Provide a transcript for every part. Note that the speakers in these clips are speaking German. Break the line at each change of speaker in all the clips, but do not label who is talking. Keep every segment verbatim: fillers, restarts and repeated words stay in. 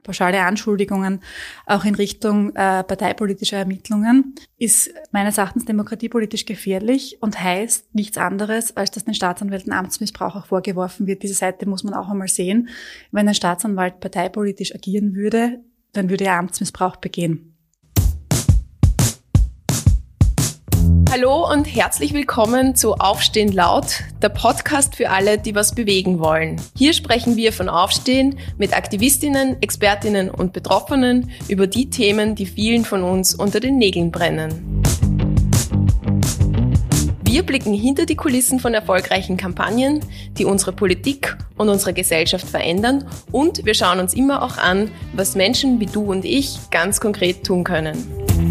pauschale Anschuldigungen, auch in Richtung äh, parteipolitischer Ermittlungen, ist meines Erachtens demokratiepolitisch gefährlich und heißt nichts anderes, als dass den Staatsanwälten Amtsmissbrauch auch vorgeworfen wird. Diese Seite muss man auch einmal sehen. Wenn ein Staatsanwalt parteipolitisch agieren würde, dann würde er Amtsmissbrauch begehen.
Hallo und herzlich willkommen zu Aufstehen laut, der Podcast für alle, die was bewegen wollen. Hier sprechen wir von Aufstehen mit Aktivistinnen, Expertinnen und Betroffenen über die Themen, die vielen von uns unter den Nägeln brennen. Wir blicken hinter die Kulissen von erfolgreichen Kampagnen, die unsere Politik und unsere Gesellschaft verändern, und wir schauen uns immer auch an, was Menschen wie du und ich ganz konkret tun können.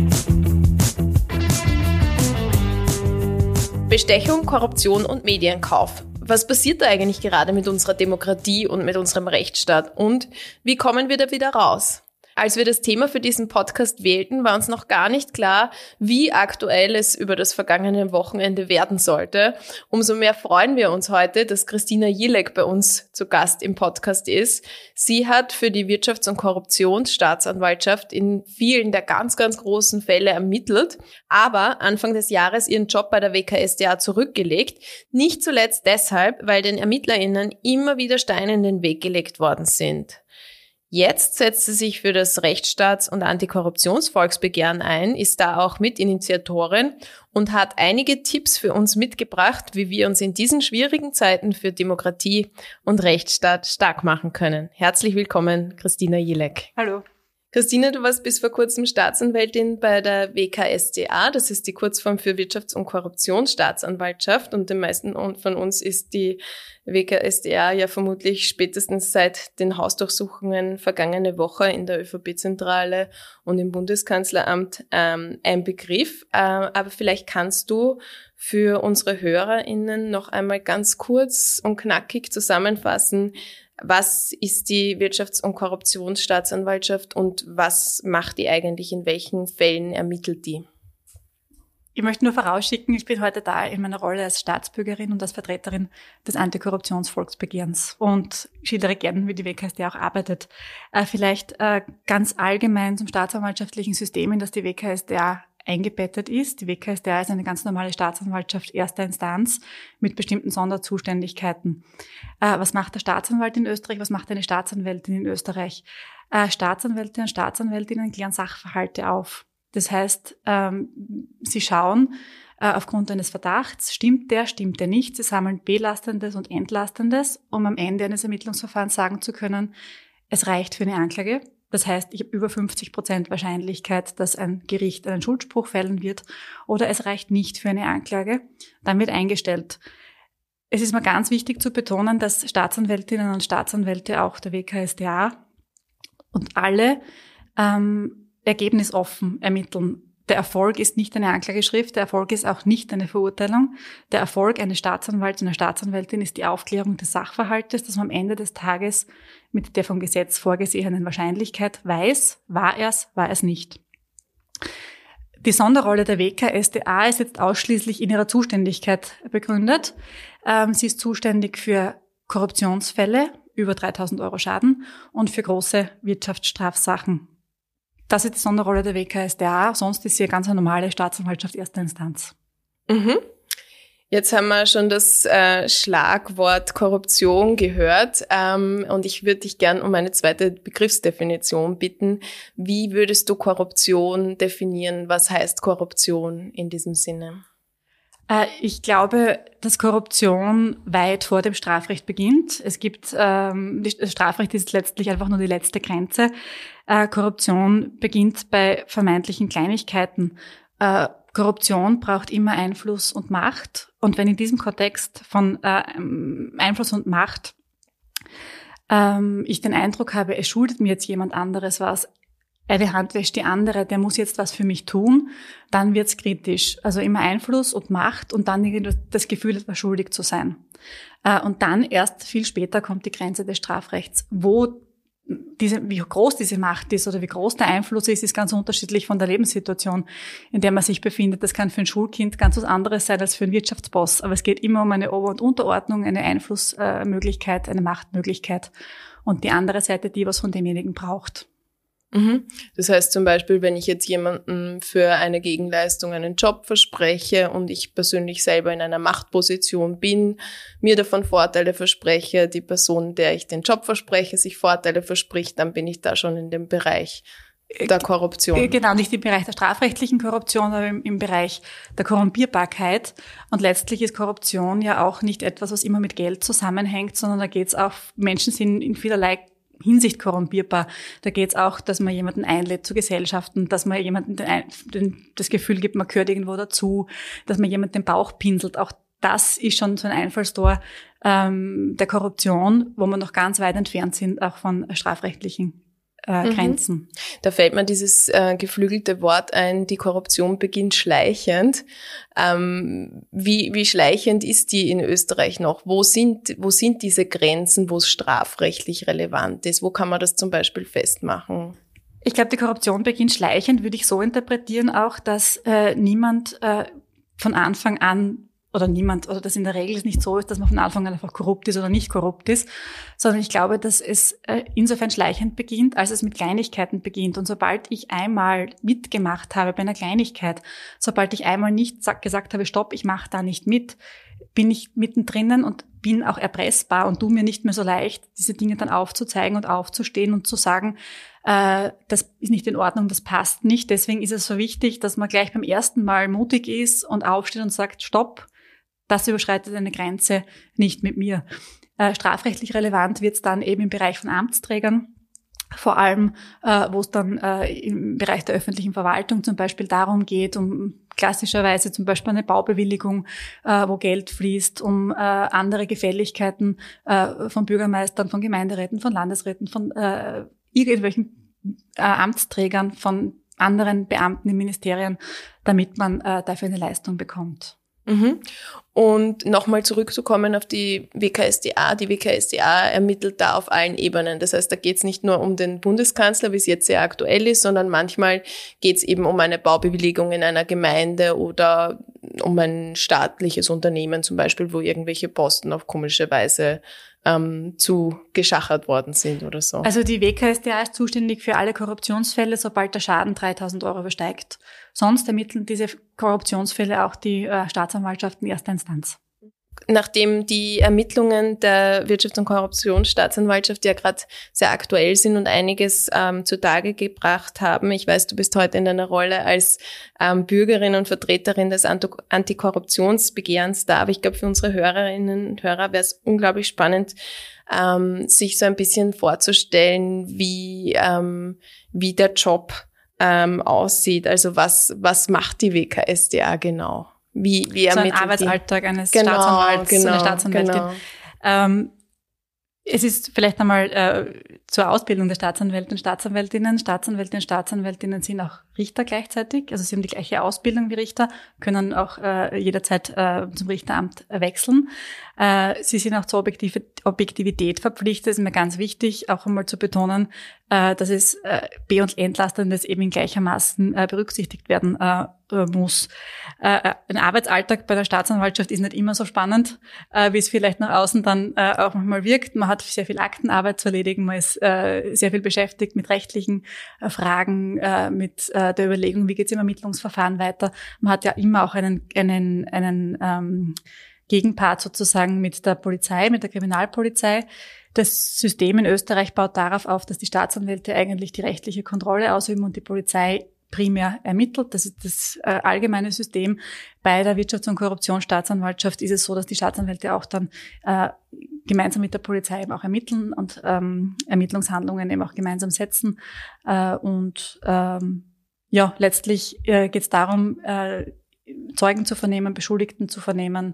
Bestechung, Korruption und Medienkauf. Was passiert da eigentlich gerade mit unserer Demokratie und mit unserem Rechtsstaat? Und wie kommen wir da wieder raus? Als wir das Thema für diesen Podcast wählten, war uns noch gar nicht klar, wie aktuell es über das vergangene Wochenende werden sollte. Umso mehr freuen wir uns heute, dass Christina Jilek bei uns zu Gast im Podcast ist. Sie hat für die Wirtschafts- und Korruptionsstaatsanwaltschaft in vielen der ganz, ganz großen Fälle ermittelt, aber Anfang des Jahres ihren Job bei der W K S d A zurückgelegt. Nicht zuletzt deshalb, weil den ErmittlerInnen immer wieder Steine in den Weg gelegt worden sind. Jetzt setzt sie sich für das Rechtsstaats- und Antikorruptionsvolksbegehren ein, ist da auch Mitinitiatorin und hat einige Tipps für uns mitgebracht, wie wir uns in diesen schwierigen Zeiten für Demokratie und Rechtsstaat stark machen können. Herzlich willkommen, Christina Jilek.
Hallo.
Christina, du warst bis vor kurzem Staatsanwältin bei der W K S d A, das ist die Kurzform für Wirtschafts- und Korruptionsstaatsanwaltschaft, und den meisten von uns ist die W K S d A ja vermutlich spätestens seit den Hausdurchsuchungen vergangene Woche in der ÖVP-Zentrale und im Bundeskanzleramt ähm, ein Begriff. Äh, aber vielleicht kannst du für unsere HörerInnen noch einmal ganz kurz und knackig zusammenfassen, was ist die Wirtschafts- und Korruptionsstaatsanwaltschaft und was macht die eigentlich, in welchen Fällen ermittelt die?
Ich möchte nur vorausschicken, ich bin heute da in meiner Rolle als Staatsbürgerin und als Vertreterin des Antikorruptionsvolksbegehrens und schildere gerne, wie die W K S d A auch arbeitet. Äh, vielleicht äh, ganz allgemein zum staatsanwaltschaftlichen System, in das die W K S d A eingebettet ist. Die W K S d A ist eine ganz normale Staatsanwaltschaft erster Instanz mit bestimmten Sonderzuständigkeiten. Äh, was macht der Staatsanwalt in Österreich? Was macht eine Staatsanwältin in Österreich? Äh, Staatsanwälte und Staatsanwältinnen klären Sachverhalte auf. Das heißt, ähm, sie schauen äh, aufgrund eines Verdachts, stimmt der, stimmt der nicht. Sie sammeln Belastendes und Entlastendes, um am Ende eines Ermittlungsverfahrens sagen zu können, es reicht für eine Anklage. Das heißt, ich habe über fünfzig Prozent Wahrscheinlichkeit, dass ein Gericht einen Schuldspruch fällen wird, oder es reicht nicht für eine Anklage. Dann wird eingestellt. Es ist mir ganz wichtig zu betonen, dass Staatsanwältinnen und Staatsanwälte auch der W K S d A und alle ähm, ergebnisoffen ermitteln. Der Erfolg ist nicht eine Anklageschrift, der Erfolg ist auch nicht eine Verurteilung. Der Erfolg eines Staatsanwalts und einer Staatsanwältin ist die Aufklärung des Sachverhaltes, dass man am Ende des Tages mit der vom Gesetz vorgesehenen Wahrscheinlichkeit weiß, war er's, war es nicht. Die Sonderrolle der W K S d A ist jetzt ausschließlich in ihrer Zuständigkeit begründet. Ähm, sie ist zuständig für Korruptionsfälle, über dreitausend Euro Schaden, und für große Wirtschaftsstrafsachen. Das ist die Sonderrolle der W K S d A. Sonst ist sie eine ganz normale Staatsanwaltschaft erster Instanz.
Mhm. Jetzt haben wir schon das äh, Schlagwort Korruption gehört, ähm, und ich würde dich gern um eine zweite Begriffsdefinition bitten. Wie würdest du Korruption definieren? Was heißt Korruption in diesem Sinne?
Äh, ich glaube, dass Korruption weit vor dem Strafrecht beginnt. Es gibt, ähm, das Strafrecht ist letztlich einfach nur die letzte Grenze. Äh, Korruption beginnt bei vermeintlichen Kleinigkeiten. Äh, Korruption braucht immer Einfluss und Macht. Und wenn in diesem Kontext von äh, Einfluss und Macht ähm, ich den Eindruck habe, es schuldet mir jetzt jemand anderes was, eine Hand wäscht die andere, der muss jetzt was für mich tun, dann wird's kritisch. Also immer Einfluss und Macht und dann das Gefühl, etwas schuldig zu sein. Und dann erst viel später kommt die Grenze des Strafrechts, wo diese, wie groß diese Macht ist oder wie groß der Einfluss ist, ist ganz unterschiedlich von der Lebenssituation, in der man sich befindet. Das kann für ein Schulkind ganz was anderes sein als für einen Wirtschaftsboss. Aber es geht immer um eine Ober- und Unterordnung, eine Einflussmöglichkeit, eine Machtmöglichkeit. und die andere Seite, die was von demjenigen braucht.
Mhm. Das heißt zum Beispiel, wenn ich jetzt jemanden für eine Gegenleistung einen Job verspreche und ich persönlich selber in einer Machtposition bin, mir davon Vorteile verspreche, die Person, der ich den Job verspreche, sich Vorteile verspricht, dann bin ich da schon in dem Bereich der Korruption.
Genau, nicht im Bereich der strafrechtlichen Korruption, aber im, im Bereich der Korrumpierbarkeit. Und letztlich ist Korruption ja auch nicht etwas, was immer mit Geld zusammenhängt, sondern da geht es auch, Menschen sind in vielerlei Hinsicht korrumpierbar. Da geht es auch, dass man jemanden einlädt zu Gesellschaften, dass man jemanden den, den, das Gefühl gibt, man gehört irgendwo dazu, dass man jemanden den Bauch pinselt. Auch das ist schon so ein Einfallstor ähm, der Korruption, wo wir noch ganz weit entfernt sind, auch von strafrechtlichen Äh, Grenzen.
Mhm. Da fällt mir dieses äh, geflügelte Wort ein, die Korruption beginnt schleichend. Ähm, wie, wie schleichend ist die in Österreich noch? Wo sind, wo sind diese Grenzen, wo es strafrechtlich relevant ist? Wo kann man das zum Beispiel festmachen?
Ich glaube, die Korruption beginnt schleichend, würde ich so interpretieren auch, dass äh, niemand äh, von Anfang an oder niemand, oder dass in der Regel es nicht so ist, dass man von Anfang an einfach korrupt ist oder nicht korrupt ist, sondern ich glaube, dass es äh, insofern schleichend beginnt, als es mit Kleinigkeiten beginnt. Und sobald ich einmal mitgemacht habe bei einer Kleinigkeit, sobald ich einmal nicht sag, gesagt habe, stopp, ich mache da nicht mit, bin ich mittendrin und bin auch erpressbar und tu mir nicht mehr so leicht, diese Dinge dann aufzuzeigen und aufzustehen und zu sagen, äh, das ist nicht in Ordnung, das passt nicht. Deswegen ist es so wichtig, dass man gleich beim ersten Mal mutig ist und aufsteht und sagt, stopp, das überschreitet eine Grenze nicht mit mir. Äh, strafrechtlich relevant wird es dann eben im Bereich von Amtsträgern, vor allem äh, wo es dann äh, im Bereich der öffentlichen Verwaltung zum Beispiel darum geht, um klassischerweise zum Beispiel eine Baubewilligung, äh, wo Geld fließt, um äh, andere Gefälligkeiten äh, von Bürgermeistern, von Gemeinderäten, von Landesräten, von äh, irgendwelchen äh, Amtsträgern, von anderen Beamten in Ministerien, damit man äh, dafür eine Leistung bekommt.
Mhm. Und nochmal zurückzukommen auf die W K S d A. Die W K S d A ermittelt da auf allen Ebenen. Das heißt, da geht es nicht nur um den Bundeskanzler, wie es jetzt sehr aktuell ist, sondern manchmal geht es eben um eine Baubewilligung in einer Gemeinde oder um ein staatliches Unternehmen zum Beispiel, wo irgendwelche Posten auf komische Weise ähm, zu geschachert worden sind oder so.
Also die W K S d A ist zuständig für alle Korruptionsfälle, sobald der Schaden dreitausend Euro übersteigt. Sonst ermitteln diese Korruptionsfälle auch die äh, Staatsanwaltschaft in erster Instanz.
Nachdem die Ermittlungen der Wirtschafts- und Korruptionsstaatsanwaltschaft ja gerade sehr aktuell sind und einiges ähm, zutage gebracht haben, ich weiß, du bist heute in deiner Rolle als ähm, Bürgerin und Vertreterin des Anto- Antikorruptionsbegehrens da, aber ich glaube, für unsere Hörerinnen und Hörer wäre es unglaublich spannend, ähm, sich so ein bisschen vorzustellen, wie ähm, wie der Job ähm, aussieht. Also was was macht die W K S d A genau? Wie, wie
so ein
ermittelt
Arbeitsalltag
die?
eines
Genau,
Staatsanwalts,
genau,
einer Staatsanwältin.
Genau.
Ähm, es ist vielleicht einmal äh, zur Ausbildung der Staatsanwälte und Staatsanwältinnen. Staatsanwälte und Staatsanwältinnen sind auch Richter gleichzeitig. Also sie haben die gleiche Ausbildung wie Richter, können auch äh, jederzeit äh, zum Richteramt äh, wechseln. Äh, sie sind auch zur Objektiv- Objektivität verpflichtet. Das ist mir ganz wichtig, auch einmal zu betonen, äh, dass es äh, Be- und Entlastendes eben in gleichermaßen äh, berücksichtigt werden äh, äh, muss. Äh, ein Arbeitsalltag bei der Staatsanwaltschaft ist nicht immer so spannend, äh, wie es vielleicht nach außen dann äh, auch manchmal wirkt. Man hat sehr viel Aktenarbeit zu erledigen, man ist äh, sehr viel beschäftigt mit rechtlichen äh, Fragen, äh, mit äh, der Überlegung, wie geht es im Ermittlungsverfahren weiter. Man hat ja immer auch einen, einen, einen ähm, Gegenpart sozusagen mit der Polizei, mit der Kriminalpolizei. Das System in Österreich baut darauf auf, dass die Staatsanwälte eigentlich die rechtliche Kontrolle ausüben und die Polizei primär ermittelt. Das ist das äh, allgemeine System. Bei der Wirtschafts- und Korruptionsstaatsanwaltschaft ist es so, dass die Staatsanwälte auch dann äh, gemeinsam mit der Polizei eben auch ermitteln und ähm, Ermittlungshandlungen eben auch gemeinsam setzen. Äh, und ähm, ja, letztlich äh, geht es darum, äh, Zeugen zu vernehmen, Beschuldigten zu vernehmen,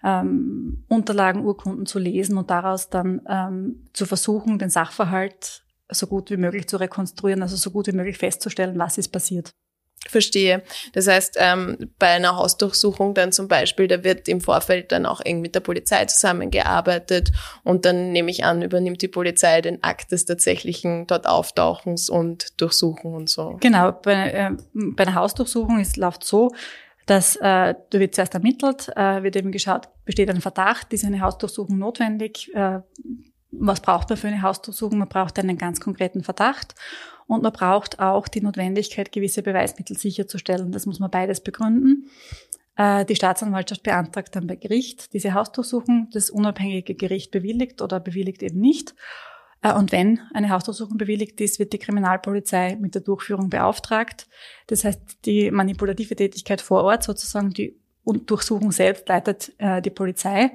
ähm, Unterlagen, Urkunden zu lesen und daraus dann ähm, zu versuchen, den Sachverhalt so gut wie möglich zu rekonstruieren, also so gut wie möglich festzustellen, was ist passiert.
Verstehe. Das heißt, ähm, bei einer Hausdurchsuchung dann zum Beispiel, da wird im Vorfeld dann auch eng mit der Polizei zusammengearbeitet und dann nehme ich an, übernimmt die Polizei den Akt des tatsächlichen dort Auftauchens und Durchsuchen und so.
Genau, bei, äh, bei einer Hausdurchsuchung ist, läuft so, dass äh, da wird zuerst ermittelt, äh, wird eben geschaut, besteht ein Verdacht, ist eine Hausdurchsuchung notwendig, äh, was braucht man für eine Hausdurchsuchung? Man braucht einen ganz konkreten Verdacht und man braucht auch die Notwendigkeit, gewisse Beweismittel sicherzustellen. Das muss man beides begründen. Die Staatsanwaltschaft beantragt dann bei Gericht diese Hausdurchsuchung. Das unabhängige Gericht bewilligt oder bewilligt eben nicht. Und wenn eine Hausdurchsuchung bewilligt ist, wird die Kriminalpolizei mit der Durchführung beauftragt. Das heißt, die manipulative Tätigkeit vor Ort, sozusagen die Durchsuchung selbst, leitet die Polizei.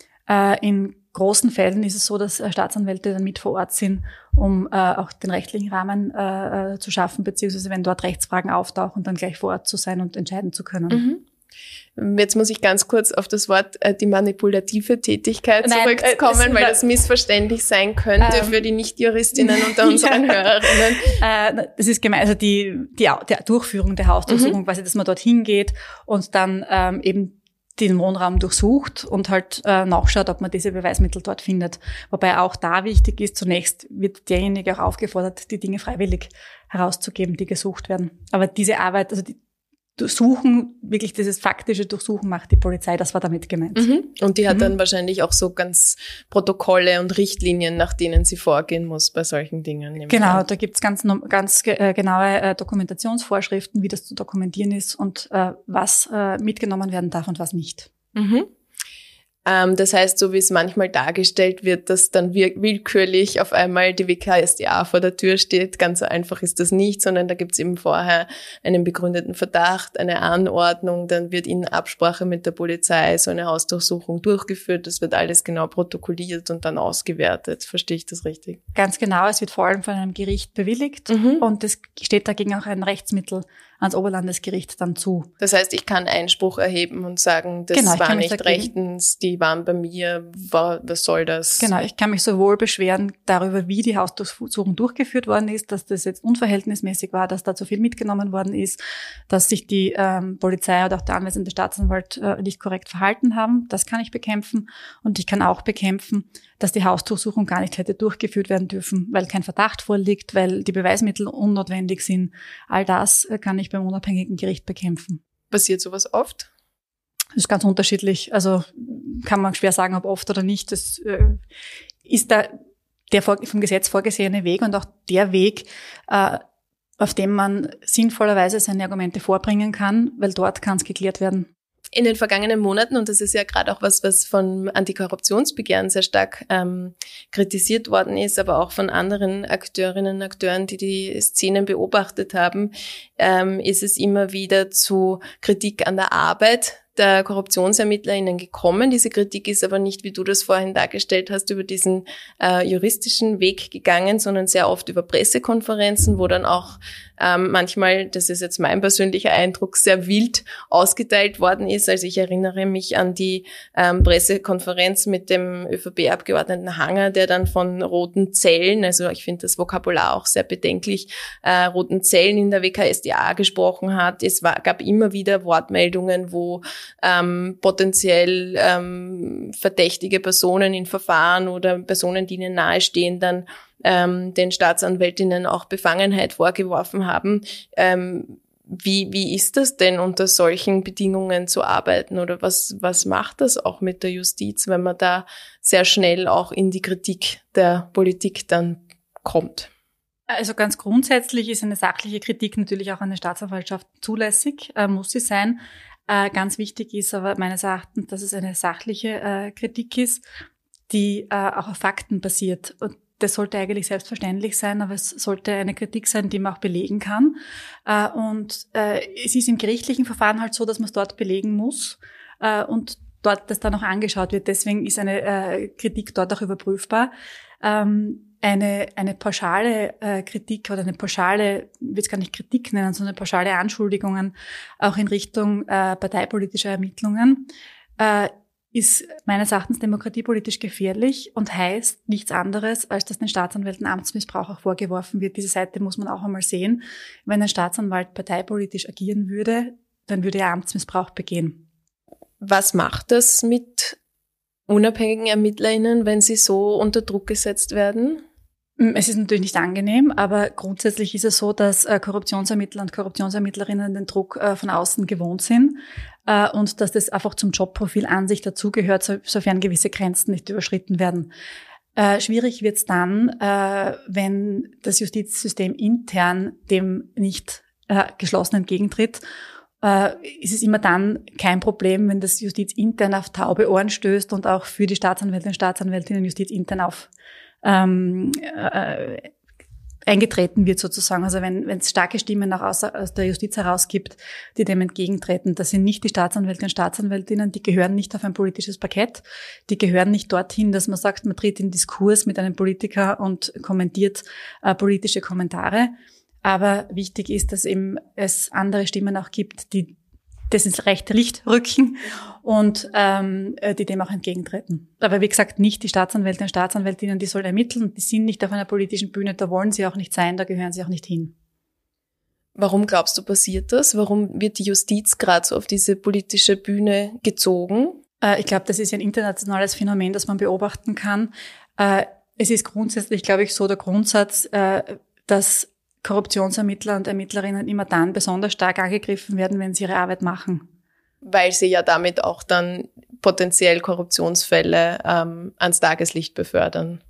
In großen Fällen ist es so, dass Staatsanwälte dann mit vor Ort sind, um auch den rechtlichen Rahmen zu schaffen, beziehungsweise wenn dort Rechtsfragen auftauchen, dann gleich vor Ort zu sein und entscheiden zu können.
Mhm. Jetzt muss ich ganz kurz auf das Wort äh, die manipulative Tätigkeit Nein, zurückkommen, äh, weil das missverständlich sein könnte ähm, für die Nicht-Juristinnen unter unseren ja. Hörerinnen.
Äh, das ist gemein, also die, die, die Durchführung der Hausdurchsuchung, mhm. quasi, dass man dorthin geht und dann ähm, eben den Wohnraum durchsucht und halt äh, nachschaut, ob man diese Beweismittel dort findet. Wobei auch da wichtig ist, zunächst wird derjenige auch aufgefordert, die Dinge freiwillig herauszugeben, die gesucht werden. Aber diese Arbeit, also die Durchsuchen, wirklich dieses faktische Durchsuchen macht die Polizei, das war damit gemeint.
Mhm. Und die hat mhm. dann wahrscheinlich auch so ganz Protokolle und Richtlinien, nach denen sie vorgehen muss bei solchen Dingen.
Genau, da gibt's ganz, ganz äh, genaue äh, Dokumentationsvorschriften, wie das zu dokumentieren ist und äh, was äh, mitgenommen werden darf und was nicht.
Mhm. Ähm, das heißt, so wie es manchmal dargestellt wird, dass dann willkürlich auf einmal die W K S d A vor der Tür steht. Ganz so einfach ist das nicht, sondern da gibt es eben vorher einen begründeten Verdacht, eine Anordnung, dann wird in Absprache mit der Polizei so eine Hausdurchsuchung durchgeführt. Das wird alles genau protokolliert und dann ausgewertet. Verstehe ich das richtig?
Ganz genau. Es wird vor allem von einem Gericht bewilligt mhm. und es steht dagegen auch ein Rechtsmittel ans Oberlandesgericht dann zu.
Das heißt, ich kann Einspruch erheben und sagen, das genau, war nicht rechtens, die waren bei mir, war, was soll das?
Genau, ich kann mich sowohl beschweren darüber, wie die Hausdurchsuchung durchgeführt worden ist, dass das jetzt unverhältnismäßig war, dass da zu viel mitgenommen worden ist, dass sich die ähm, Polizei oder auch der anwesende Staatsanwalt äh, nicht korrekt verhalten haben. Das kann ich bekämpfen. Und ich kann auch bekämpfen, dass die Hausdurchsuchung gar nicht hätte durchgeführt werden dürfen, weil kein Verdacht vorliegt, weil die Beweismittel unnotwendig sind. All das äh, kann ich beim unabhängigen Gericht bekämpfen.
Passiert sowas oft?
Das ist ganz unterschiedlich. Also kann man schwer sagen, ob oft oder nicht. Das äh, ist da der vom Gesetz vorgesehene Weg und auch der Weg, äh, auf dem man sinnvollerweise seine Argumente vorbringen kann, weil dort kann es geklärt werden.
In den vergangenen Monaten, und das ist ja gerade auch was, was von Antikorruptionsbegehren sehr stark ähm, kritisiert worden ist, aber auch von anderen Akteurinnen und Akteuren, die die Szenen beobachtet haben, ähm, ist es immer wieder zu Kritik an der Arbeit der KorruptionsermittlerInnen gekommen. Diese Kritik ist aber nicht, wie du das vorhin dargestellt hast, über diesen äh, juristischen Weg gegangen, sondern sehr oft über Pressekonferenzen, wo dann auch ähm, manchmal, das ist jetzt mein persönlicher Eindruck, sehr wild ausgeteilt worden ist. Also ich erinnere mich an die ähm, Pressekonferenz mit dem ÖVP-Abgeordneten Hanger, der dann von roten Zellen, also ich finde das Vokabular auch sehr bedenklich, äh, roten Zellen in der W K S d A gesprochen hat. Es war, gab immer wieder Wortmeldungen, wo ähm, potenziell ähm, verdächtige Personen in Verfahren oder Personen, die ihnen nahestehen, dann ähm, den Staatsanwältinnen auch Befangenheit vorgeworfen haben. Ähm, wie, wie ist das denn, unter solchen Bedingungen zu arbeiten? Oder was, was macht das auch mit der Justiz, wenn man da sehr schnell auch in die Kritik der Politik dann kommt?
Also ganz grundsätzlich ist eine sachliche Kritik natürlich auch an der Staatsanwaltschaft zulässig, äh, muss sie sein. Äh, ganz wichtig ist aber meines Erachtens, dass es eine sachliche äh, Kritik ist, die äh, auch auf Fakten basiert. Und das sollte eigentlich selbstverständlich sein, aber es sollte eine Kritik sein, die man auch belegen kann. Äh, und äh, es ist im gerichtlichen Verfahren halt so, dass man es dort belegen muss äh, und dort das dann auch angeschaut wird. Deswegen ist eine äh, Kritik dort auch überprüfbar. Ähm, Eine, eine pauschale äh, Kritik oder eine pauschale, ich will es gar nicht Kritik nennen, sondern pauschale Anschuldigungen auch in Richtung äh, parteipolitischer Ermittlungen äh, ist meines Erachtens demokratiepolitisch gefährlich und heißt nichts anderes, als dass den Staatsanwälten Amtsmissbrauch auch vorgeworfen wird. Diese Seite muss man auch einmal sehen. Wenn ein Staatsanwalt parteipolitisch agieren würde, dann würde er Amtsmissbrauch begehen.
Was macht das mit unabhängigen ErmittlerInnen, wenn sie so unter Druck gesetzt werden?
Es ist natürlich nicht angenehm, aber grundsätzlich ist es so, dass äh, Korruptionsermittler und Korruptionsermittlerinnen den Druck äh, von außen gewohnt sind äh, und dass das einfach zum Jobprofil an sich dazugehört, so, sofern gewisse Grenzen nicht überschritten werden. Äh, schwierig wird's dann, äh, wenn das Justizsystem intern dem nicht äh, geschlossen entgegentritt. Äh, ist es immer dann kein Problem, wenn das Justiz intern auf taube Ohren stößt und auch für die Staatsanwältinnen und Staatsanwältinnen Justiz intern auf ähm, äh, eingetreten wird sozusagen. Also wenn wenn es starke Stimmen auch aus, aus der Justiz heraus gibt, die dem entgegentreten. Das sind nicht die Staatsanwältinnen und Staatsanwältinnen, die gehören nicht auf ein politisches Parkett, die gehören nicht dorthin, dass man sagt, man tritt in Diskurs mit einem Politiker und kommentiert äh, politische Kommentare. Aber wichtig ist, dass eben es andere Stimmen auch gibt, die das ins rechte Licht rücken und ähm, die dem auch entgegentreten. Aber wie gesagt, nicht die Staatsanwälte und Staatsanwältinnen, die sollen ermitteln, die sind nicht auf einer politischen Bühne, da wollen sie auch nicht sein, da gehören sie auch nicht hin.
Warum glaubst du, passiert das? Warum wird die Justiz gerade so auf diese politische Bühne gezogen?
Äh, ich glaube, das ist ein internationales Phänomen, das man beobachten kann. Äh, es ist grundsätzlich, glaube ich, so der Grundsatz, äh, dass Korruptionsermittler und Ermittlerinnen immer dann besonders stark angegriffen werden, wenn sie ihre Arbeit machen.
Weil sie ja damit auch dann potenziell Korruptionsfälle ähm, ans Tageslicht befördern.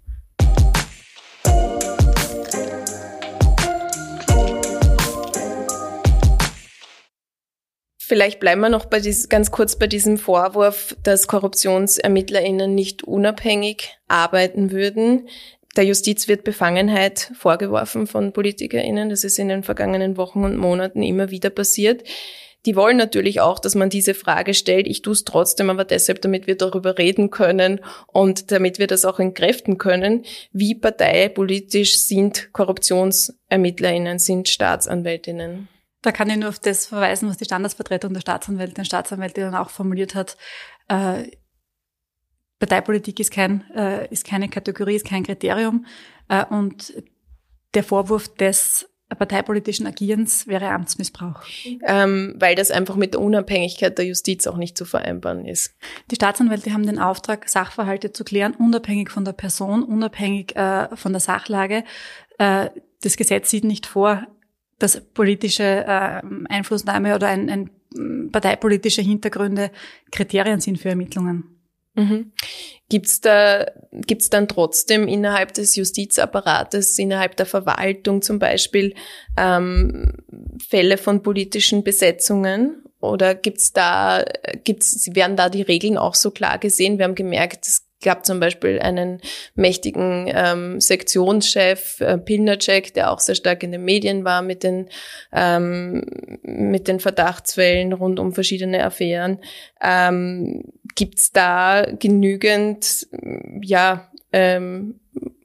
Vielleicht bleiben wir noch bei dies, ganz kurz bei diesem Vorwurf, dass KorruptionsermittlerInnen nicht unabhängig arbeiten würden. Der Justiz wird Befangenheit vorgeworfen von PolitikerInnen. Das ist in den vergangenen Wochen und Monaten immer wieder passiert. Die wollen natürlich auch, dass man diese Frage stellt. Ich tue es trotzdem, aber deshalb, damit wir darüber reden können und damit wir das auch entkräften können. Wie parteipolitisch sind KorruptionsermittlerInnen, sind Staatsanwältinnen?
Da kann ich nur auf das verweisen, was die Standesvertretung der Staatsanwältinnen und Staatsanwälte dann auch formuliert hat. Äh, Parteipolitik ist kein, äh, ist keine Kategorie, ist kein Kriterium. Äh, und der Vorwurf des parteipolitischen Agierens wäre Amtsmissbrauch.
Ähm, weil das einfach mit der Unabhängigkeit der Justiz auch nicht zu vereinbaren ist.
Die Staatsanwälte haben den Auftrag, Sachverhalte zu klären, unabhängig von der Person, unabhängig äh, von der Sachlage. Äh, das Gesetz sieht nicht vor, dass politische äh, Einflussnahme oder ein, ein parteipolitische Hintergründe Kriterien sind für Ermittlungen.
Mhm. Gibt's da, gibt's dann trotzdem innerhalb des Justizapparates, innerhalb der Verwaltung zum Beispiel, ähm, Fälle von politischen Besetzungen? Oder gibt's da, gibt's, werden da die Regeln auch so klar gesehen? Wir haben gemerkt, es gab zum Beispiel einen mächtigen ähm, Sektionschef, äh, Pilnacek, der auch sehr stark in den Medien war mit den ähm, mit den Verdachtsfällen rund um verschiedene Affären. Ähm, gibt's da genügend, ja, ähm,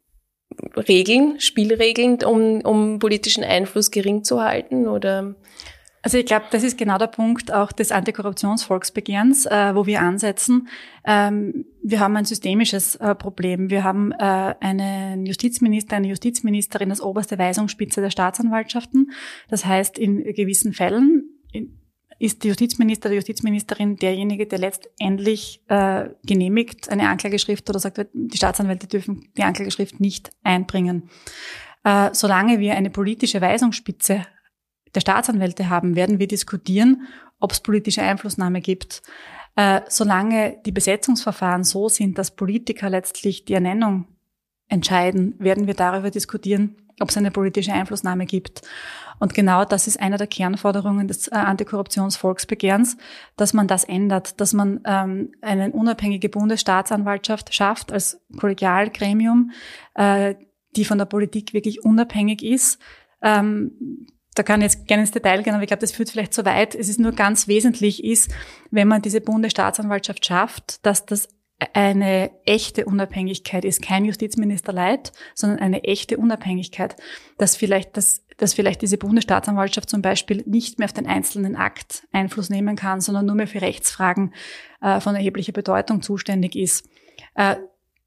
Regeln, Spielregeln, um um politischen Einfluss gering zu halten, oder?
Also ich glaube, das ist genau der Punkt auch des Antikorruptionsvolksbegehrens, äh, wo wir ansetzen. Ähm, wir haben ein systemisches äh, Problem. Wir haben äh, einen Justizminister, eine Justizministerin als oberste Weisungsspitze der Staatsanwaltschaften. Das heißt, in gewissen Fällen ist der Justizminister, die Justizministerin derjenige, der letztendlich äh, genehmigt eine Anklageschrift oder sagt, die Staatsanwälte dürfen die Anklageschrift nicht einbringen. Äh, solange wir eine politische Weisungsspitze der Staatsanwälte haben, werden wir diskutieren, ob es politische Einflussnahme gibt. Äh, solange die Besetzungsverfahren so sind, dass Politiker letztlich die Ernennung entscheiden, werden wir darüber diskutieren, ob es eine politische Einflussnahme gibt. Und genau das ist einer der Kernforderungen des äh, Antikorruptionsvolksbegehrens, dass man das ändert, dass man ähm, eine unabhängige Bundesstaatsanwaltschaft schafft als Kollegialgremium, äh, die von der Politik wirklich unabhängig ist. Ähm, Da kann ich jetzt gerne ins Detail gehen, aber ich glaube, das führt vielleicht zu weit. Es ist nur ganz wesentlich ist, wenn man diese Bundesstaatsanwaltschaft schafft, dass das eine echte Unabhängigkeit ist, kein Justizministerleid, sondern eine echte Unabhängigkeit, dass vielleicht, dass, dass vielleicht diese Bundesstaatsanwaltschaft zum Beispiel nicht mehr auf den einzelnen Akt Einfluss nehmen kann, sondern nur mehr für Rechtsfragen äh, von erheblicher Bedeutung zuständig ist. Äh,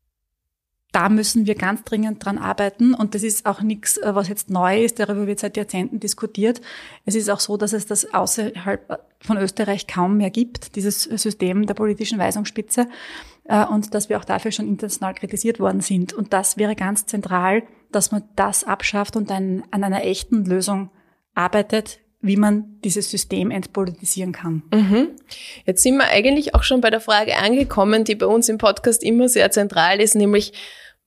Da müssen wir ganz dringend dran arbeiten, und das ist auch nichts, was jetzt neu ist, darüber wird seit Jahrzehnten diskutiert. Es ist auch so, dass es das außerhalb von Österreich kaum mehr gibt, dieses System der politischen Weisungsspitze, und dass wir auch dafür schon international kritisiert worden sind. Und das wäre ganz zentral, dass man das abschafft und dann an einer echten Lösung arbeitet, wie man dieses System entpolitisieren kann.
Mhm. Jetzt sind wir eigentlich auch schon bei der Frage angekommen, die bei uns im Podcast immer sehr zentral ist, nämlich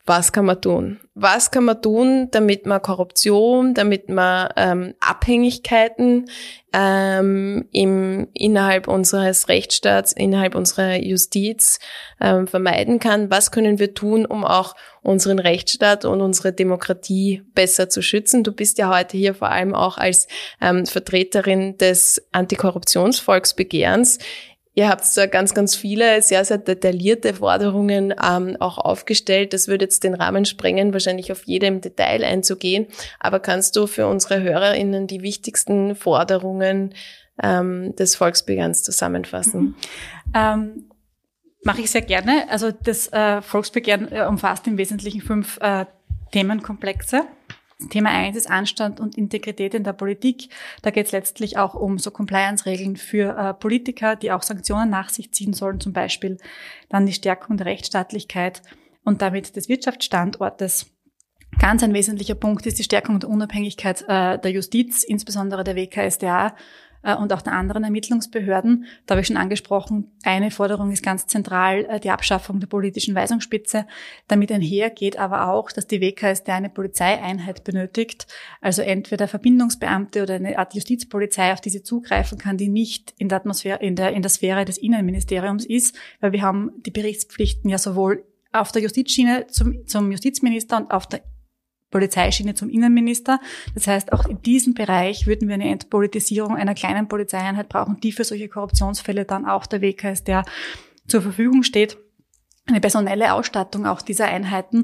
Was kann man tun? Was kann man tun, damit man Korruption, damit man ähm, Abhängigkeiten ähm, im, innerhalb unseres Rechtsstaats, innerhalb unserer Justiz ähm, vermeiden kann? Was können wir tun, um auch unseren Rechtsstaat und unsere Demokratie besser zu schützen? Du bist ja heute hier vor allem auch als ähm, Vertreterin des Antikorruptionsvolksbegehrens. Ihr habt da ganz, ganz viele sehr, sehr detaillierte Forderungen ähm, auch aufgestellt. Das würde jetzt den Rahmen sprengen, wahrscheinlich auf jede im Detail einzugehen. Aber kannst du für unsere HörerInnen die wichtigsten Forderungen ähm, des Volksbegehrens zusammenfassen?
Mhm. Ähm, mache ich sehr gerne. Also das äh, Volksbegehren äh, umfasst im Wesentlichen fünf äh, Themenkomplexe. Thema eins ist Anstand und Integrität in der Politik. Da geht es letztlich auch um so Compliance-Regeln für äh, Politiker, die auch Sanktionen nach sich ziehen sollen, zum Beispiel. Dann die Stärkung der Rechtsstaatlichkeit und damit des Wirtschaftsstandortes. Ganz ein wesentlicher Punkt ist die Stärkung der Unabhängigkeit äh, der Justiz, insbesondere der W K S d A äh, und auch der anderen Ermittlungsbehörden. Da habe ich schon angesprochen, eine Forderung ist ganz zentral, äh, die Abschaffung der politischen Weisungsspitze. Damit einher geht aber auch, dass die W K S d A eine Polizeieinheit benötigt, also entweder Verbindungsbeamte oder eine Art Justizpolizei, auf die sie zugreifen kann, die nicht in der Atmosphäre, in der, in der Sphäre des Innenministeriums ist, weil wir haben die Berichtspflichten ja sowohl auf der Justizschiene zum, zum Justizminister und auf der Polizeischiene zum Innenminister. Das heißt, auch in diesem Bereich würden wir eine Entpolitisierung einer kleinen Polizeieinheit brauchen, die für solche Korruptionsfälle dann auch der W K S d A zur Verfügung steht. Eine personelle Ausstattung auch dieser Einheiten.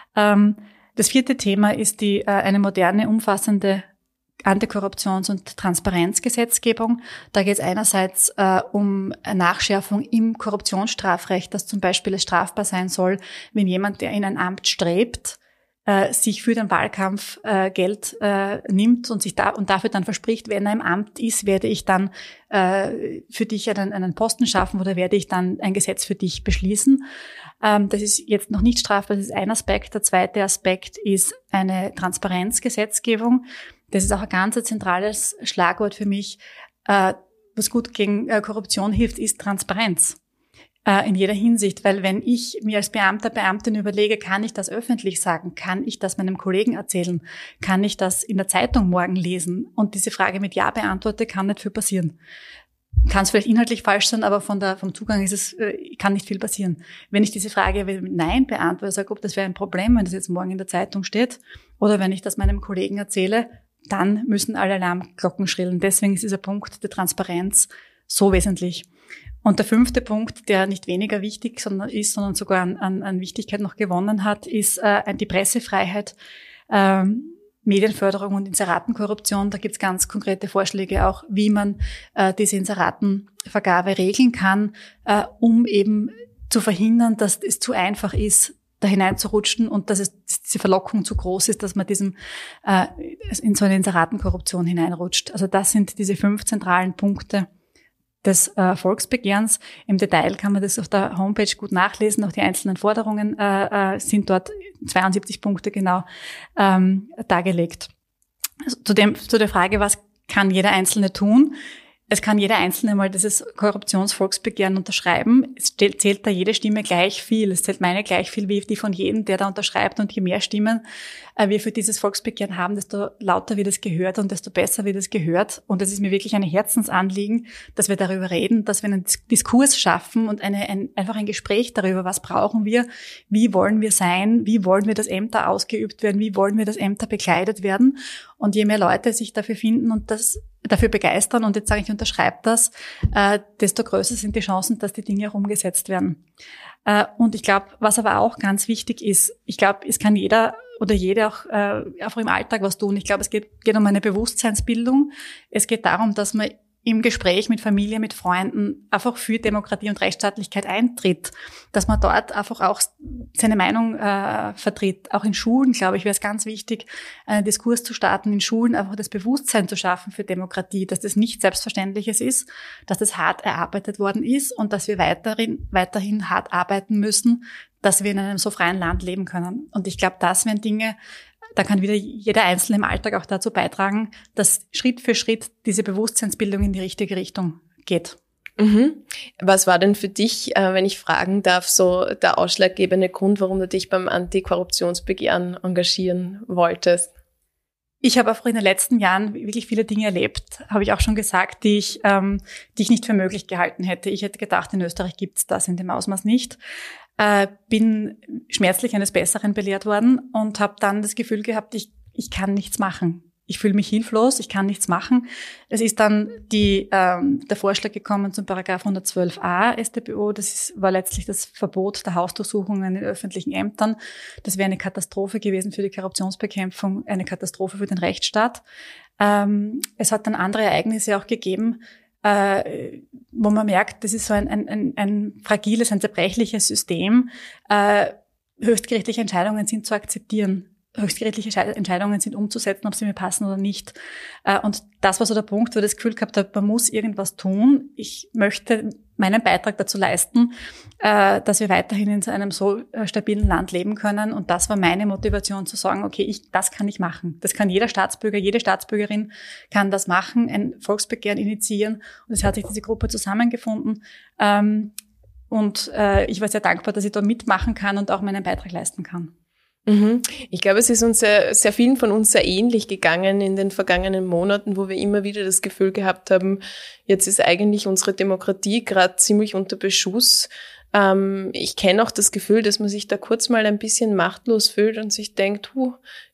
Das vierte Thema ist die eine moderne, umfassende Antikorruptions- und Transparenzgesetzgebung. Da geht es einerseits äh, um Nachschärfung im Korruptionsstrafrecht, dass zum Beispiel es strafbar sein soll, wenn jemand, der in ein Amt strebt, äh, sich für den Wahlkampf äh, Geld äh, nimmt und sich da und dafür dann verspricht, wenn er im Amt ist, werde ich dann äh, für dich einen, einen Posten schaffen oder werde ich dann ein Gesetz für dich beschließen. Ähm, das ist jetzt noch nicht strafbar, das ist ein Aspekt. Der zweite Aspekt ist eine Transparenzgesetzgebung. Das ist auch ein ganz zentrales Schlagwort für mich. Äh, was gut gegen äh, Korruption hilft, ist Transparenz. In jeder Hinsicht, weil wenn ich mir als Beamter, Beamtin überlege, kann ich das öffentlich sagen, kann ich das meinem Kollegen erzählen, kann ich das in der Zeitung morgen lesen und diese Frage mit Ja beantworte, kann nicht viel passieren. Kann es vielleicht inhaltlich falsch sein, aber von der, vom Zugang ist es, kann nicht viel passieren. Wenn ich diese Frage mit Nein beantworte, sage, ob das wäre ein Problem, wenn das jetzt morgen in der Zeitung steht, oder wenn ich das meinem Kollegen erzähle, dann müssen alle Alarmglocken schrillen. Deswegen ist dieser Punkt der Transparenz so wesentlich. Und der fünfte Punkt, der nicht weniger wichtig sondern ist, sondern sogar an, an, an Wichtigkeit noch gewonnen hat, ist äh, die Pressefreiheit, äh, Medienförderung und Inseratenkorruption. Da gibt es ganz konkrete Vorschläge auch, wie man äh, diese Inseratenvergabe regeln kann, äh, um eben zu verhindern, dass es zu einfach ist, da hineinzurutschen und dass es diese Verlockung zu groß ist, dass man diesem äh, in so eine Inseratenkorruption hineinrutscht. Also das sind diese fünf zentralen Punkte des äh, Volksbegehrens. Im Detail kann man das auf der Homepage gut nachlesen. Auch die einzelnen Forderungen äh, äh, sind dort zweiundsiebzig Punkte genau ähm, dargelegt. Also zu dem, zu der Frage, was kann jeder Einzelne tun? Es kann jeder Einzelne mal dieses Korruptionsvolksbegehren unterschreiben. Es zählt da jede Stimme gleich viel. Es zählt meine gleich viel wie die von jedem, der da unterschreibt. Und je mehr Stimmen äh, wir für dieses Volksbegehren haben, desto lauter wird es gehört und desto besser wird es gehört. Und es ist mir wirklich ein Herzensanliegen, dass wir darüber reden, dass wir einen Diskurs schaffen und eine, ein, einfach ein Gespräch darüber, was brauchen wir, wie wollen wir sein, wie wollen wir, dass Ämter ausgeübt werden, wie wollen wir, dass Ämter bekleidet werden. Und je mehr Leute sich dafür finden und das dafür begeistern, und jetzt sage ich, unterschreibe das, äh, desto größer sind die Chancen, dass die Dinge auch umgesetzt werden. Äh, und ich glaube, was aber auch ganz wichtig ist, ich glaube, es kann jeder oder jede auch äh, einfach im Alltag was tun. Ich glaube, es geht, geht um eine Bewusstseinsbildung. Es geht darum, dass man im Gespräch mit Familie, mit Freunden einfach für Demokratie und Rechtsstaatlichkeit eintritt, dass man dort einfach auch seine Meinung äh, vertritt. Auch in Schulen, glaube ich, wäre es ganz wichtig, einen Diskurs zu starten, in Schulen einfach das Bewusstsein zu schaffen für Demokratie, dass das nicht Selbstverständliches ist, dass das hart erarbeitet worden ist und dass wir weiterhin, weiterhin hart arbeiten müssen, dass wir in einem so freien Land leben können. Und ich glaube, das wären Dinge, da kann wieder jeder Einzelne im Alltag auch dazu beitragen, dass Schritt für Schritt diese Bewusstseinsbildung in die richtige Richtung geht.
Mhm. Was war denn für dich, äh, wenn ich fragen darf, so der ausschlaggebende Grund, warum du dich beim Antikorruptionsbegehren engagieren wolltest?
Ich habe auch in den letzten Jahren wirklich viele Dinge erlebt, habe ich auch schon gesagt, die ich, ähm, die ich nicht für möglich gehalten hätte. Ich hätte gedacht, in Österreich gibt's das in dem Ausmaß nicht. Äh, bin schmerzlich eines Besseren belehrt worden und habe dann das Gefühl gehabt, ich, ich kann nichts machen. Ich fühle mich hilflos, ich kann nichts machen. Es ist dann die, ähm, der Vorschlag gekommen zum Paragraph hundertzwölf a S t b O. Das ist, war letztlich das Verbot der Hausdurchsuchungen in öffentlichen Ämtern. Das wäre eine Katastrophe gewesen für die Korruptionsbekämpfung, eine Katastrophe für den Rechtsstaat. Ähm, es hat dann andere Ereignisse auch gegeben, äh, wo man merkt, das ist so ein, ein, ein, ein fragiles, ein zerbrechliches System. Äh, höchstgerichtliche Entscheidungen sind zu akzeptieren. Höchstgerichtliche Entscheidungen sind umzusetzen, ob sie mir passen oder nicht. Und das war so der Punkt, wo ich das Gefühl gehabt habe, man muss irgendwas tun. Ich möchte meinen Beitrag dazu leisten, dass wir weiterhin in so einem so stabilen Land leben können. Und das war meine Motivation zu sagen, okay, ich, das kann ich machen. Das kann jeder Staatsbürger, jede Staatsbürgerin kann das machen, ein Volksbegehren initiieren. Und es hat sich diese Gruppe zusammengefunden. Und ich war sehr dankbar, dass ich da mitmachen kann und auch meinen Beitrag leisten kann.
Ich glaube, es ist uns sehr, sehr vielen von uns sehr ähnlich gegangen in den vergangenen Monaten, wo wir immer wieder das Gefühl gehabt haben, jetzt ist eigentlich unsere Demokratie gerade ziemlich unter Beschuss. Ähm, ich kenne auch das Gefühl, dass man sich da kurz mal ein bisschen machtlos fühlt und sich denkt, huh,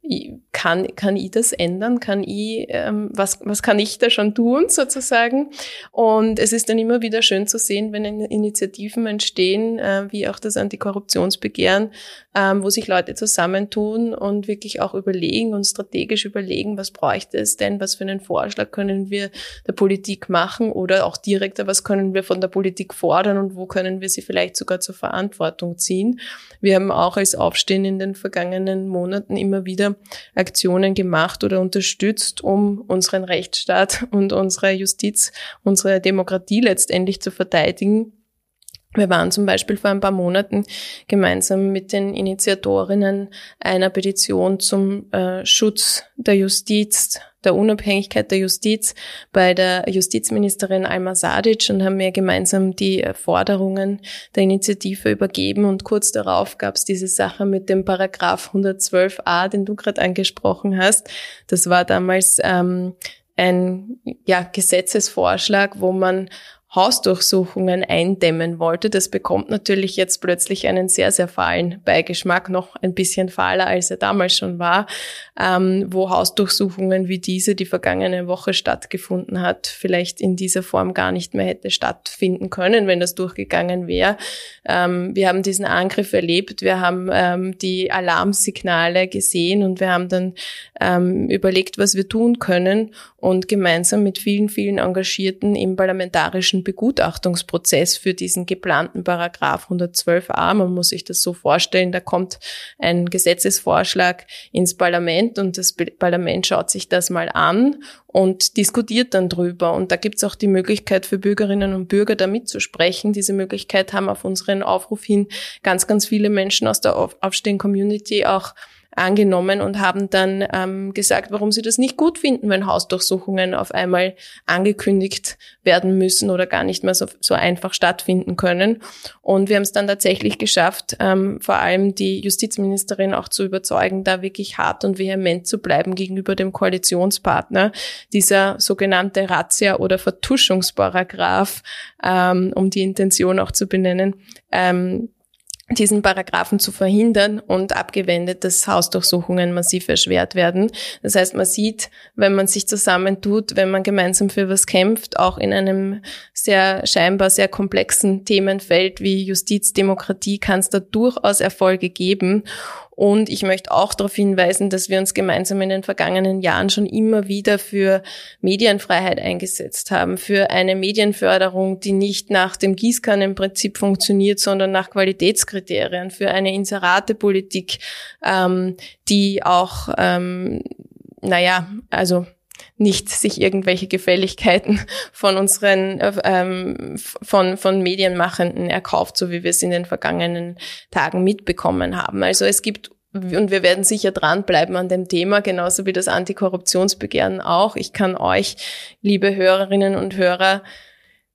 kann, kann ich das ändern? Kann ich, ähm, was, was kann ich da schon tun, sozusagen? Und es ist dann immer wieder schön zu sehen, wenn Initiativen entstehen, äh, wie auch das Antikorruptionsbegehren, ähm, wo sich Leute zusammentun und wirklich auch überlegen und strategisch überlegen, was bräuchte es denn, was für einen Vorschlag können wir der Politik machen oder auch direkter, was können wir von der Politik fordern und wo können wir sie vielleicht sogar zur Verantwortung ziehen. Wir haben auch als Aufstehen in den vergangenen Monaten immer wieder Aktionen gemacht oder unterstützt, um unseren Rechtsstaat und unsere Justiz, unsere Demokratie letztendlich zu verteidigen. Wir waren zum Beispiel vor ein paar Monaten gemeinsam mit den Initiatorinnen einer Petition zum äh, Schutz der Justiz, der Unabhängigkeit der Justiz bei der Justizministerin Alma Sadic und haben mir gemeinsam die Forderungen der Initiative übergeben. Und kurz darauf gab es diese Sache mit dem Paragraph hundertzwölf a, den du gerade angesprochen hast. Das war damals ähm, ein ja, Gesetzesvorschlag, wo man Hausdurchsuchungen eindämmen wollte. Das bekommt natürlich jetzt plötzlich einen sehr, sehr fahlen Beigeschmack, noch ein bisschen fahler, als er damals schon war, ähm, wo Hausdurchsuchungen wie diese, die vergangene Woche stattgefunden hat, vielleicht in dieser Form gar nicht mehr hätte stattfinden können, wenn das durchgegangen wäre. Ähm, wir haben diesen Angriff erlebt, wir haben ähm, die Alarmsignale gesehen und wir haben dann ähm, überlegt, was wir tun können und gemeinsam mit vielen, vielen Engagierten im parlamentarischen Begutachtungsprozess für diesen geplanten Paragraph hundertzwölf a. Man muss sich das so vorstellen, da kommt ein Gesetzesvorschlag ins Parlament und das Parlament schaut sich das mal an und diskutiert dann drüber. Und da gibt es auch die Möglichkeit für Bürgerinnen und Bürger, da mitzusprechen. Diese Möglichkeit haben auf unseren Aufruf hin ganz, ganz viele Menschen aus der Aufstehen-Community auch angenommen und haben dann ähm, gesagt, warum sie das nicht gut finden, wenn Hausdurchsuchungen auf einmal angekündigt werden müssen oder gar nicht mehr so, so einfach stattfinden können. Und wir haben es dann tatsächlich geschafft, ähm, vor allem die Justizministerin auch zu überzeugen, da wirklich hart und vehement zu bleiben gegenüber dem Koalitionspartner. Dieser sogenannte Razzia- oder Vertuschungsparagraph, ähm, um die Intention auch zu benennen, ähm, diesen Paragraphen zu verhindern und abgewendet, dass Hausdurchsuchungen massiv erschwert werden. Das heißt, man sieht, wenn man sich zusammentut, wenn man gemeinsam für was kämpft, auch in einem sehr scheinbar sehr komplexen Themenfeld wie Justiz, Demokratie, kann es da durchaus Erfolge geben. Und ich möchte auch darauf hinweisen, dass wir uns gemeinsam in den vergangenen Jahren schon immer wieder für Medienfreiheit eingesetzt haben, für eine Medienförderung, die nicht nach dem Gießkannenprinzip funktioniert, sondern nach Qualitätskriterien, für eine Inseratepolitik, ähm, die auch, ähm, naja, also nicht sich irgendwelche Gefälligkeiten von unseren ähm, von von Medienmachenden erkauft, so wie wir es in den vergangenen Tagen mitbekommen haben. Also es gibt, und wir werden sicher dranbleiben an dem Thema, genauso wie das Antikorruptionsbegehren auch. Ich kann euch, liebe Hörerinnen und Hörer,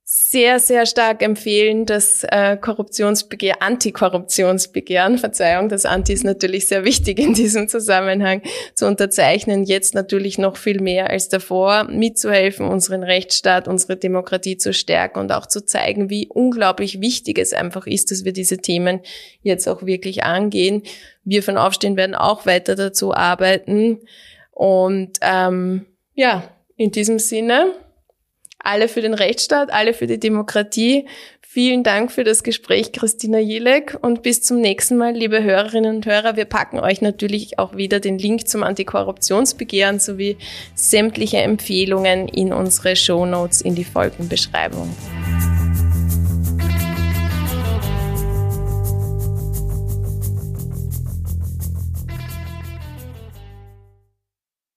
sehr, sehr stark empfehlen, das äh, Korruptionsbegehren, Antikorruptionsbegehren, Verzeihung, das Anti ist natürlich sehr wichtig in diesem Zusammenhang, zu unterzeichnen, jetzt natürlich noch viel mehr als davor, mitzuhelfen, unseren Rechtsstaat, unsere Demokratie zu stärken und auch zu zeigen, wie unglaublich wichtig es einfach ist, dass wir diese Themen jetzt auch wirklich angehen. Wir von Aufstehen werden auch weiter dazu arbeiten und ähm, ja, in diesem Sinne, alle für den Rechtsstaat, alle für die Demokratie. Vielen Dank für das Gespräch, Christina Jilek, und bis zum nächsten Mal, liebe Hörerinnen und Hörer. Wir packen euch natürlich auch wieder den Link zum Antikorruptionsbegehren sowie sämtliche Empfehlungen in unsere Shownotes in die Folgenbeschreibung.